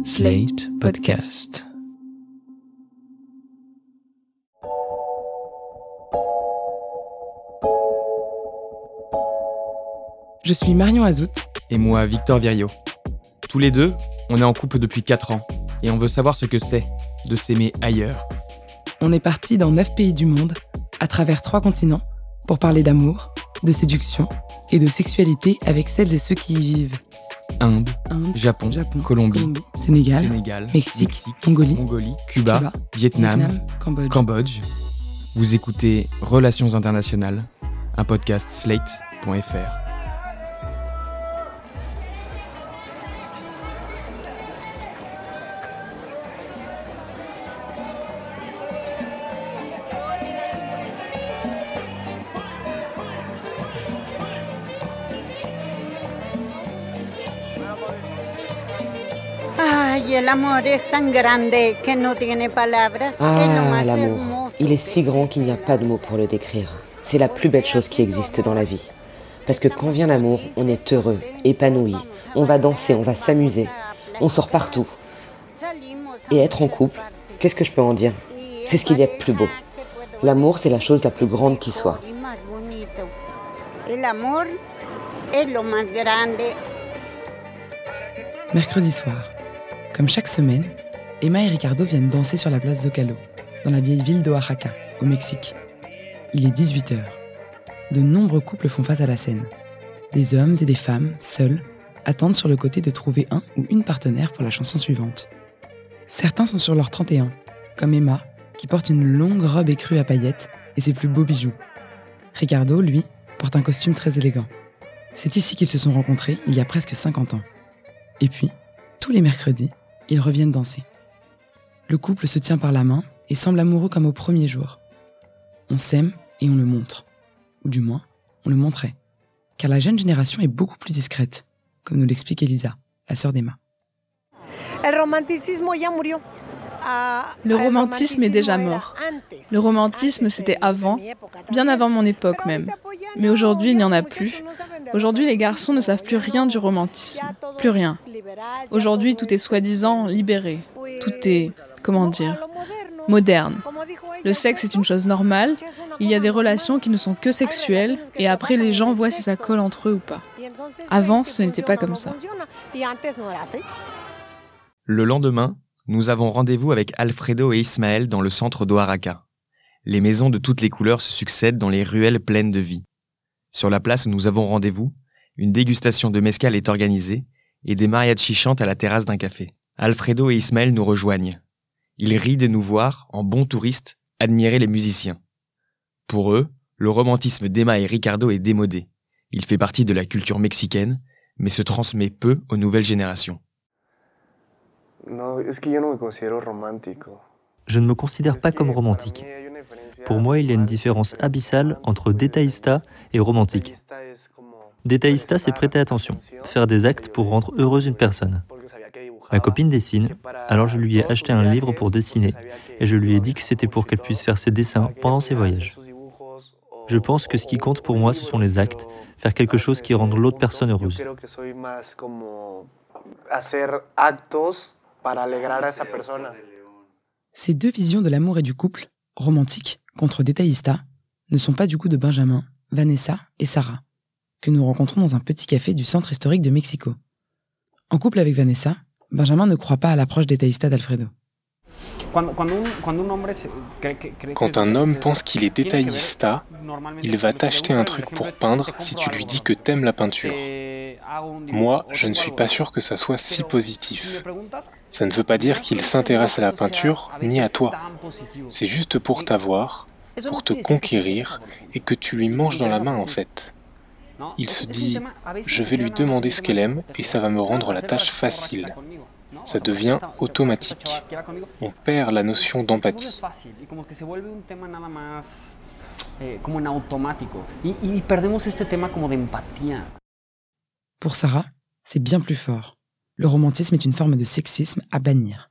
Slate Podcast. Je suis Marion Azout. Et moi, Victor Viriot. Tous les deux, on est en couple depuis 4 ans. Et on veut savoir ce que c'est de s'aimer ailleurs. On est partis dans 9 pays du monde, à travers 3 continents, pour parler d'amour, de séduction et de sexualité avec celles et ceux qui y vivent. Inde, Japon, Colombie, Sénégal, Mexique, Mongolie, Cuba, Vietnam, Cambodge. Vous écoutez Relations internationales, un podcast slate.fr. L'amour il est si grand qu'il n'y a pas de mots pour le décrire. C'est la plus belle chose qui existe dans la vie. Parce que quand vient l'amour, on est heureux, épanoui. On va danser, on va s'amuser. On sort partout. Et être en couple, qu'est-ce que je peux en dire ? C'est ce qu'il y a de plus beau. L'amour, c'est la chose la plus grande qui soit. Mercredi soir, comme chaque semaine, Emma et Ricardo viennent danser sur la place Zocalo, dans la vieille ville d'Oaxaca, au Mexique. Il est 18h. De nombreux couples font face à la scène. Des hommes et des femmes, seuls, attendent sur le côté de trouver un ou une partenaire pour la chanson suivante. Certains sont sur leur 31, comme Emma, qui porte une longue robe écrue à paillettes et ses plus beaux bijoux. Ricardo, lui, porte un costume très élégant. C'est ici qu'ils se sont rencontrés il y a presque 50 ans. Et puis, tous les mercredis, ils reviennent danser. Le couple se tient par la main et semble amoureux comme au premier jour. On s'aime et on le montre. Ou du moins, on le montrait. Car la jeune génération est beaucoup plus discrète, comme nous l'explique Elisa, la sœur d'Emma. Le romantisme est déjà mort. Le romantisme, c'était avant, bien avant mon époque même. Mais aujourd'hui, il n'y en a plus. Aujourd'hui, les garçons ne savent plus rien du romantisme. Plus rien. Aujourd'hui, tout est soi-disant libéré. Tout est, moderne. Le sexe est une chose normale. Il y a des relations qui ne sont que sexuelles et après, les gens voient si ça colle entre eux ou pas. Avant, ce n'était pas comme ça. Le lendemain, nous avons rendez-vous avec Alfredo et Ismaël dans le centre d'Oaxaca. Les maisons de toutes les couleurs se succèdent dans les ruelles pleines de vie. Sur la place où nous avons rendez-vous, une dégustation de mezcal est organisée et des mariachis chantent à la terrasse d'un café. Alfredo et Ismaël nous rejoignent. Ils rient de nous voir, en bons touristes, admirer les musiciens. Pour eux, le romantisme d'Emma et Ricardo est démodé. Il fait partie de la culture mexicaine, mais se transmet peu aux nouvelles générations. Je ne me considère pas comme romantique. Pour moi, il y a une différence abyssale entre détaillista et romantique. Détaillista, c'est prêter attention, faire des actes pour rendre heureuse une personne. Ma copine dessine, alors je lui ai acheté un livre pour dessiner et je lui ai dit que c'était pour qu'elle puisse faire ses dessins pendant ses voyages. Je pense que ce qui compte pour moi, ce sont les actes, faire quelque chose qui rende l'autre personne heureuse. Ces deux visions de l'amour et du couple, romantique contre détaillista, ne sont pas du goût de Benjamin, Vanessa et Sarah, que nous rencontrons dans un petit café du centre historique de Mexico. En couple avec Vanessa, Benjamin ne croit pas à l'approche détaillista d'Alfredo. Quand un homme pense qu'il est détaillista, il va t'acheter un truc pour peindre si tu lui dis que t'aimes la peinture. Moi, je ne suis pas sûr que ça soit si positif. Ça ne veut pas dire qu'il s'intéresse à la peinture, ni à toi. C'est juste pour t'avoir, pour te conquérir, et que tu lui manges dans la main en fait. Il se dit « je vais lui demander ce qu'elle aime et ça va me rendre la tâche facile ». Ça devient automatique. On perd la notion d'empathie. Pour Sarah, c'est bien plus fort. Le romantisme est une forme de sexisme à bannir.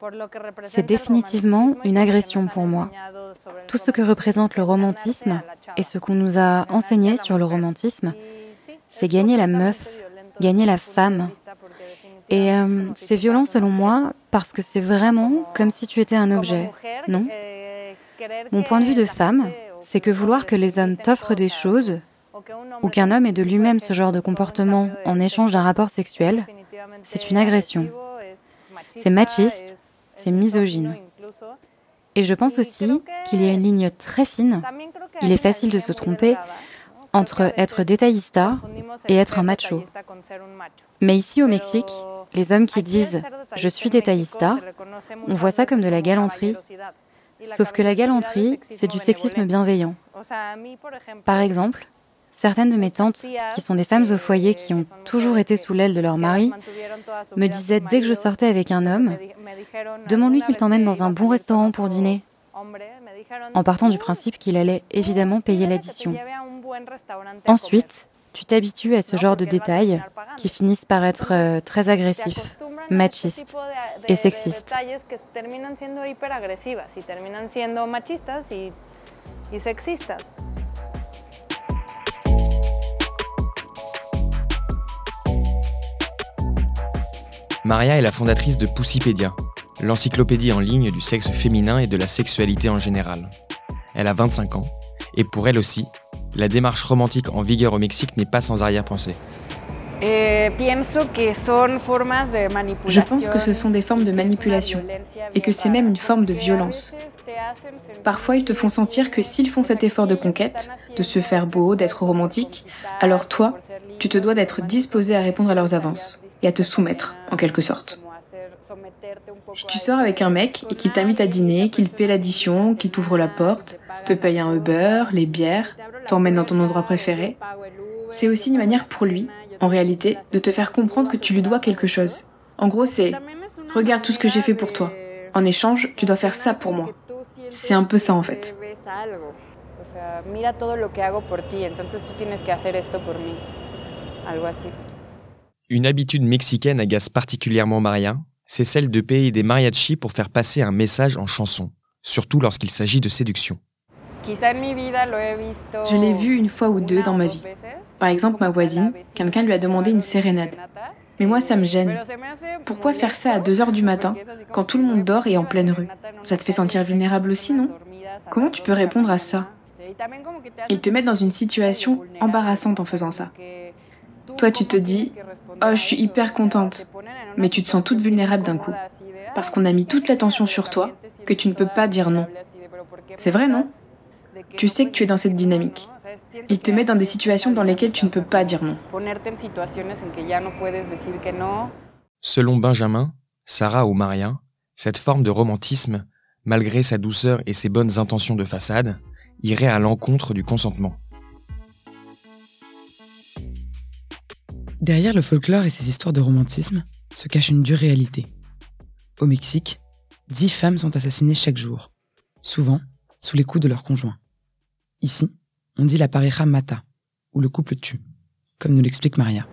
C'est définitivement une agression pour moi. Tout ce que représente le romantisme et ce qu'on nous a enseigné sur le romantisme, c'est gagner la meuf, gagner la femme. Et c'est violent selon moi parce que c'est vraiment comme si tu étais un objet, non ? Mon point de vue de femme, c'est que vouloir que les hommes t'offrent des choses, ou qu'un homme ait de lui-même ce genre de comportement en échange d'un rapport sexuel, c'est une agression. C'est machiste, c'est misogyne. Et je pense aussi qu'il y a une ligne très fine, il est facile de se tromper, entre être détaillista et être un macho. Mais ici au Mexique, les hommes qui disent « je suis détaillista », on voit ça comme de la galanterie, sauf que la galanterie, c'est du sexisme bienveillant. Par exemple, certaines de mes tantes, qui sont des femmes au foyer qui ont toujours été sous l'aile de leur mari, me disaient dès que je sortais avec un homme, « demande-lui qu'il t'emmène dans un bon restaurant pour dîner », en partant du principe qu'il allait évidemment payer l'addition. Ensuite, tu t'habitues à ce genre de détails qui finissent par être très agressifs, machistes et sexistes. Maria est la fondatrice de Pussipédia, l'encyclopédie en ligne du sexe féminin et de la sexualité en général. Elle a 25 ans, et pour elle aussi, la démarche romantique en vigueur au Mexique n'est pas sans arrière-pensée. Je pense que ce sont des formes de manipulation, et que c'est même une forme de violence. Parfois, ils te font sentir que s'ils font cet effort de conquête, de se faire beau, d'être romantique, alors toi, tu te dois d'être disposé à répondre à leurs avances, et à te soumettre, en quelque sorte. Si tu sors avec un mec et qu'il t'invite à dîner, qu'il paie l'addition, qu'il t'ouvre la porte, te paye un Uber, les bières, t'emmène dans ton endroit préféré, c'est aussi une manière pour lui, en réalité, de te faire comprendre que tu lui dois quelque chose. En gros, c'est « regarde tout ce que j'ai fait pour toi. En échange, tu dois faire ça pour moi. » C'est un peu ça en fait. Une habitude mexicaine agace particulièrement Maria, c'est celle de payer des mariachis pour faire passer un message en chanson, surtout lorsqu'il s'agit de séduction. Je l'ai vu une fois ou deux dans ma vie. Par exemple, ma voisine, quelqu'un lui a demandé une sérénade. Mais moi, ça me gêne. Pourquoi faire ça à 2h du matin, quand tout le monde dort et en pleine rue ? Ça te fait sentir vulnérable aussi, non ? Comment tu peux répondre à ça ? Ils te mettent dans une situation embarrassante en faisant ça. Toi, tu te dis « Oh, je suis hyper contente », mais tu te sens toute vulnérable d'un coup. Parce qu'on a mis toute l'attention sur toi, que tu ne peux pas dire non. C'est vrai, non ? Tu sais que tu es dans cette dynamique. Ils te mettent dans des situations dans lesquelles tu ne peux pas dire non. Selon Benjamin, Sarah ou Maria, cette forme de romantisme, malgré sa douceur et ses bonnes intentions de façade, irait à l'encontre du consentement. Derrière le folklore et ses histoires de romantisme se cache une dure réalité. Au Mexique, 10 femmes sont assassinées chaque jour, souvent sous les coups de leur conjoint. Ici, on dit la pareja mata, ou le couple tue, comme nous l'explique Maria.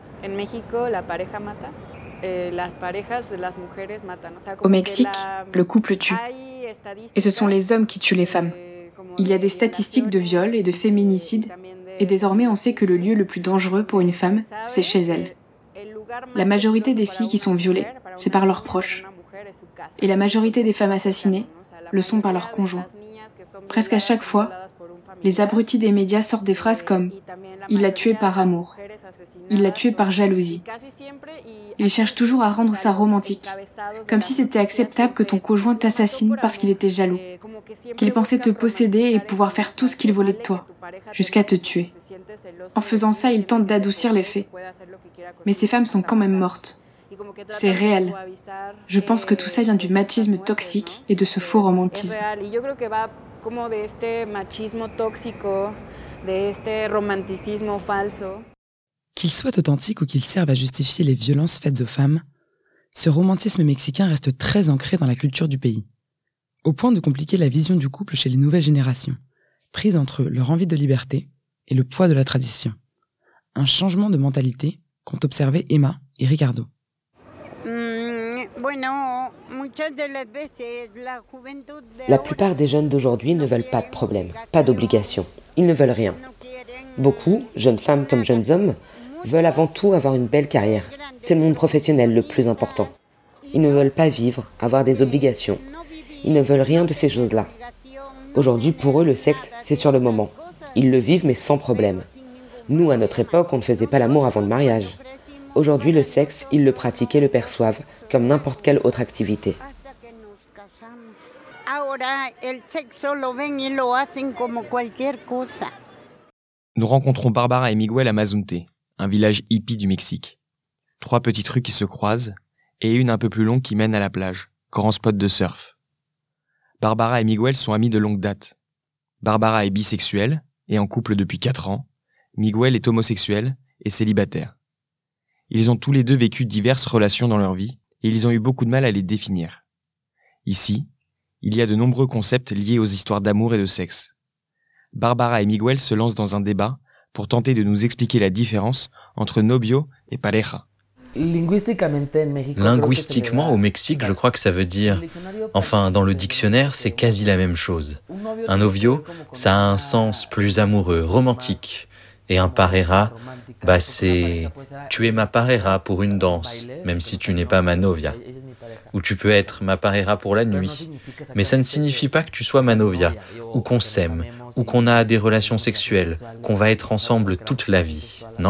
Au Mexique, le couple tue. Et ce sont les hommes qui tuent les femmes. Il y a des statistiques de viol et de féminicide, et désormais on sait que le lieu le plus dangereux pour une femme, c'est chez elle. La majorité des filles qui sont violées, c'est par leurs proches. Et la majorité des femmes assassinées le sont par leurs conjoints. Presque à chaque fois, les abrutis des médias sortent des phrases comme « il l'a tué par amour »,« il l'a tué par jalousie ». Ils cherchent toujours à rendre ça romantique, comme si c'était acceptable que ton conjoint t'assassine parce qu'il était jaloux, qu'il pensait te posséder et pouvoir faire tout ce qu'il voulait de toi, jusqu'à te tuer. En faisant ça, ils tentent d'adoucir les faits. Mais ces femmes sont quand même mortes. C'est réel. Je pense que tout ça vient du machisme toxique et de ce faux romantisme. Qu'il soit authentique ou qu'il serve à justifier les violences faites aux femmes, ce romantisme mexicain reste très ancré dans la culture du pays, au point de compliquer la vision du couple chez les nouvelles générations, prises entre leur envie de liberté et le poids de la tradition. Un changement de mentalité qu'ont observé Emma et Ricardo. La plupart des jeunes d'aujourd'hui ne veulent pas de problème, pas d'obligation. Ils ne veulent rien. Beaucoup, jeunes femmes comme jeunes hommes, veulent avant tout avoir une belle carrière. C'est le monde professionnel le plus important. Ils ne veulent pas vivre, avoir des obligations. Ils ne veulent rien de ces choses-là. Aujourd'hui, pour eux, le sexe, c'est sur le moment. Ils le vivent, mais sans problème. Nous, à notre époque, on ne faisait pas l'amour avant le mariage. Aujourd'hui, le sexe, ils le pratiquent et le perçoivent comme n'importe quelle autre activité. Nous rencontrons Barbara et Miguel à Mazunte, un village hippie du Mexique. 3 petites rues qui se croisent et une un peu plus longue qui mène à la plage, grand spot de surf. Barbara et Miguel sont amis de longue date. Barbara est bisexuelle et en couple depuis 4 ans. Miguel est homosexuel et célibataire. Ils ont tous les deux vécu diverses relations dans leur vie et ils ont eu beaucoup de mal à les définir. Ici, il y a de nombreux concepts liés aux histoires d'amour et de sexe. Barbara et Miguel se lancent dans un débat pour tenter de nous expliquer la différence entre novio et pareja. Linguistiquement, au Mexique, je crois que ça veut dire... Enfin, dans le dictionnaire, c'est quasi la même chose. Un novio, ça a un sens plus amoureux, romantique. Et un pareja, c'est... Tu es ma pareja pour une danse, même si tu n'es pas ma novia. Ou tu peux être ma pareja pour la nuit. Mais ça ne signifie pas que tu sois ma novia, ou qu'on s'aime, ou qu'on a des relations sexuelles, qu'on va être ensemble toute la vie, non ?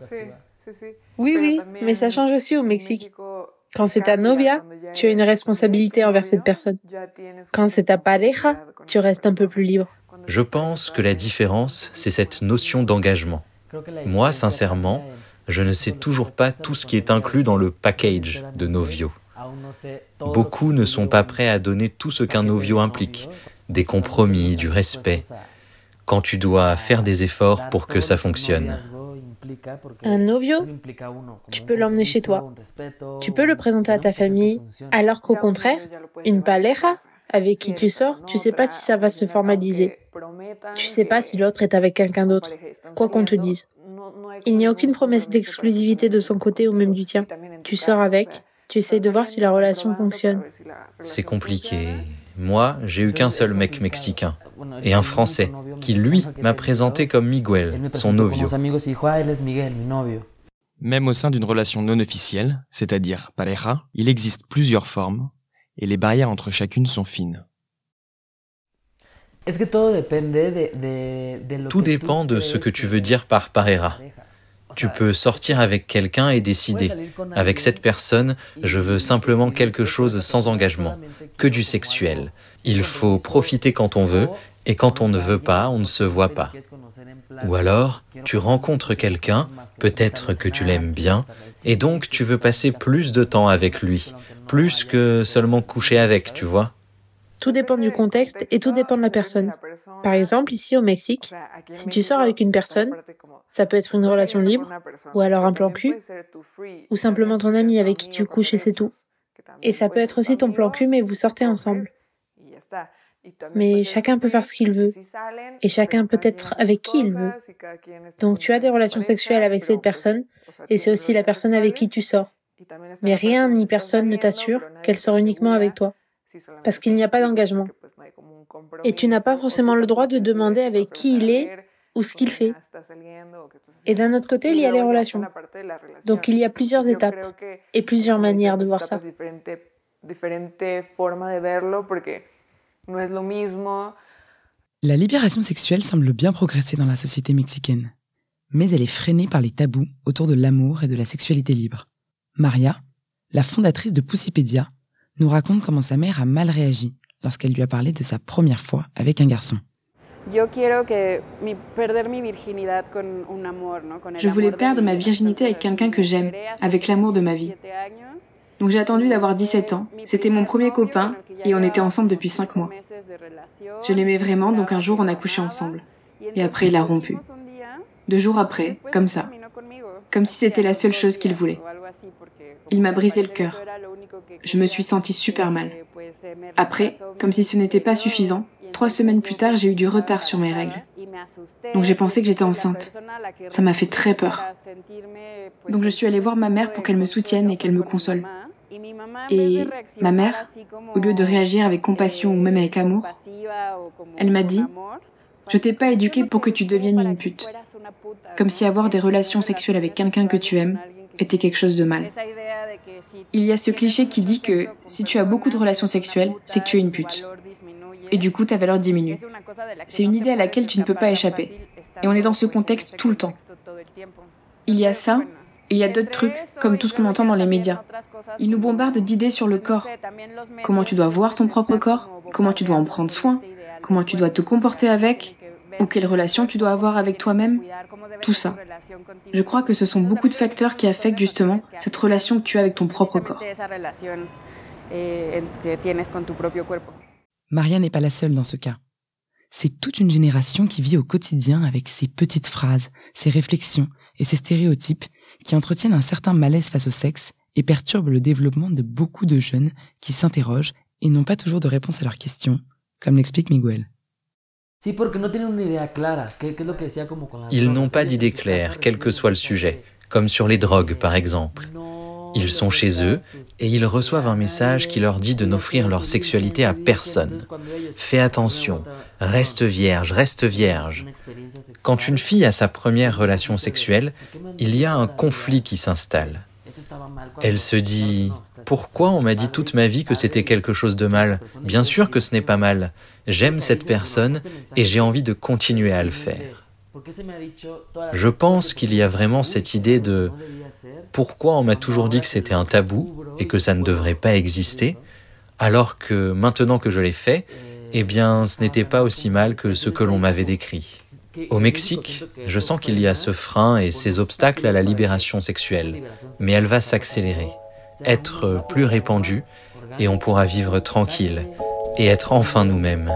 Oui, mais ça change aussi au Mexique. Quand c'est ta novia, tu as une responsabilité envers cette personne. Quand c'est ta pareja, tu restes un peu plus libre. Je pense que la différence, c'est cette notion d'engagement. Moi, sincèrement, je ne sais toujours pas tout ce qui est inclus dans le package de novio. Beaucoup ne sont pas prêts à donner tout ce qu'un novio implique, des compromis, du respect, quand tu dois faire des efforts pour que ça fonctionne. Un novio, tu peux l'emmener chez toi. Tu peux le présenter à ta famille, alors qu'au contraire, une pareja avec qui tu sors, tu sais pas si ça va se formaliser. Tu sais pas si l'autre est avec quelqu'un d'autre, quoi qu'on te dise. Il n'y a aucune promesse d'exclusivité de son côté ou même du tien. Tu sors avec, tu essaies de voir si la relation fonctionne. C'est compliqué. Moi, j'ai eu qu'un seul mec mexicain, et un Français, qui lui m'a présenté comme Miguel, son novio. Même au sein d'une relation non officielle, c'est-à-dire pareja, il existe plusieurs formes, et les barrières entre chacune sont fines. Tout dépend de ce que tu veux dire par pareja. Tu peux sortir avec quelqu'un et décider, avec cette personne, je veux simplement quelque chose sans engagement, que du sexuel. Il faut profiter quand on veut, et quand on ne veut pas, on ne se voit pas. Ou alors, tu rencontres quelqu'un, peut-être que tu l'aimes bien, et donc tu veux passer plus de temps avec lui, plus que seulement coucher avec, tu vois. Tout dépend du contexte et tout dépend de la personne. Par exemple, ici au Mexique, si tu sors avec une personne, ça peut être une relation libre, ou alors un plan cul, ou simplement ton ami avec qui tu couches et c'est tout. Et ça peut être aussi ton plan cul, mais vous sortez ensemble. Mais chacun peut faire ce qu'il veut, et chacun peut être avec qui il veut. Donc tu as des relations sexuelles avec cette personne, et c'est aussi la personne avec qui tu sors. Mais rien ni personne ne t'assure qu'elle sort uniquement avec toi. Parce qu'il n'y a pas d'engagement. Et tu n'as pas forcément le droit de demander avec qui il est ou ce qu'il fait. Et d'un autre côté, il y a les relations. Donc il y a plusieurs étapes et plusieurs manières de voir ça. La libération sexuelle semble bien progresser dans la société mexicaine. Mais elle est freinée par les tabous autour de l'amour et de la sexualité libre. Maria, la fondatrice de Pussypedia, nous raconte comment sa mère a mal réagi lorsqu'elle lui a parlé de sa première fois avec un garçon. Je voulais perdre ma virginité avec quelqu'un que j'aime, avec l'amour de ma vie. Donc j'ai attendu d'avoir 17 ans, c'était mon premier copain et on était ensemble depuis 5 mois. Je l'aimais vraiment, donc un jour on a couché ensemble. Et après il a rompu. 2 jours après, comme ça. Comme si c'était la seule chose qu'il voulait. Il m'a brisé le cœur. Je me suis sentie super mal. Après, comme si ce n'était pas suffisant, 3 semaines plus tard, j'ai eu du retard sur mes règles. Donc j'ai pensé que j'étais enceinte. Ça m'a fait très peur. Donc je suis allée voir ma mère pour qu'elle me soutienne et qu'elle me console. Et ma mère, au lieu de réagir avec compassion ou même avec amour, elle m'a dit « Je t'ai pas éduquée pour que tu deviennes une pute ». Comme si avoir des relations sexuelles avec quelqu'un que tu aimes était quelque chose de mal. Il y a ce cliché qui dit que si tu as beaucoup de relations sexuelles, c'est que tu es une pute. Et du coup, ta valeur diminue. C'est une idée à laquelle tu ne peux pas échapper. Et on est dans ce contexte tout le temps. Il y a ça, et il y a d'autres trucs, comme tout ce qu'on entend dans les médias. Ils nous bombardent d'idées sur le corps. Comment tu dois voir ton propre corps, comment tu dois en prendre soin, comment tu dois te comporter avec, ou quelle relation tu dois avoir avec toi-même, tout ça. Je crois que ce sont beaucoup de facteurs qui affectent justement cette relation que tu as avec ton propre corps. Maria n'est pas la seule dans ce cas. C'est toute une génération qui vit au quotidien avec ces petites phrases, ces réflexions et ces stéréotypes qui entretiennent un certain malaise face au sexe et perturbent le développement de beaucoup de jeunes qui s'interrogent et n'ont pas toujours de réponse à leurs questions, comme l'explique Miguel. Ils n'ont pas d'idée claire, quel que soit le sujet, comme sur les drogues par exemple. Ils sont chez eux et ils reçoivent un message qui leur dit de n'offrir leur sexualité à personne. Fais attention, reste vierge, reste vierge. Quand une fille a sa première relation sexuelle, il y a un conflit qui s'installe. Elle se dit « Pourquoi on m'a dit toute ma vie que c'était quelque chose de mal ? Bien sûr que ce n'est pas mal. J'aime cette personne et j'ai envie de continuer à le faire. » Je pense qu'il y a vraiment cette idée de « Pourquoi on m'a toujours dit que c'était un tabou et que ça ne devrait pas exister, alors que maintenant que je l'ai fait, eh bien ce n'était pas aussi mal que ce que l'on m'avait décrit. » Au Mexique, je sens qu'il y a ce frein et ces obstacles à la libération sexuelle, mais elle va s'accélérer, être plus répandue et on pourra vivre tranquille et être enfin nous-mêmes.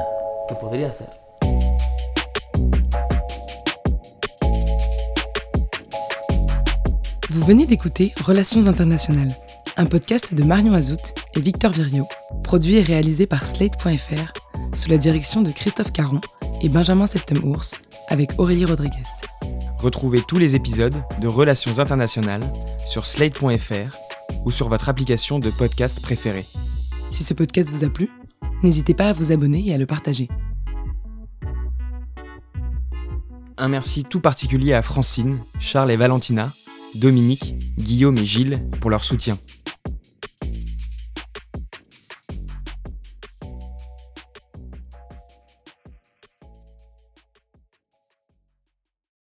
Vous venez d'écouter Relations internationales, un podcast de Marion Azout et Victor Viriot, produit et réalisé par Slate.fr, sous la direction de Christophe Caron et Benjamin Septem-Ours, avec Aurélie Rodriguez. Retrouvez tous les épisodes de Relations internationales sur Slate.fr ou sur votre application de podcast préférée. Si ce podcast vous a plu, n'hésitez pas à vous abonner et à le partager. Un merci tout particulier à Francine, Charles et Valentina, Dominique, Guillaume et Gilles pour leur soutien.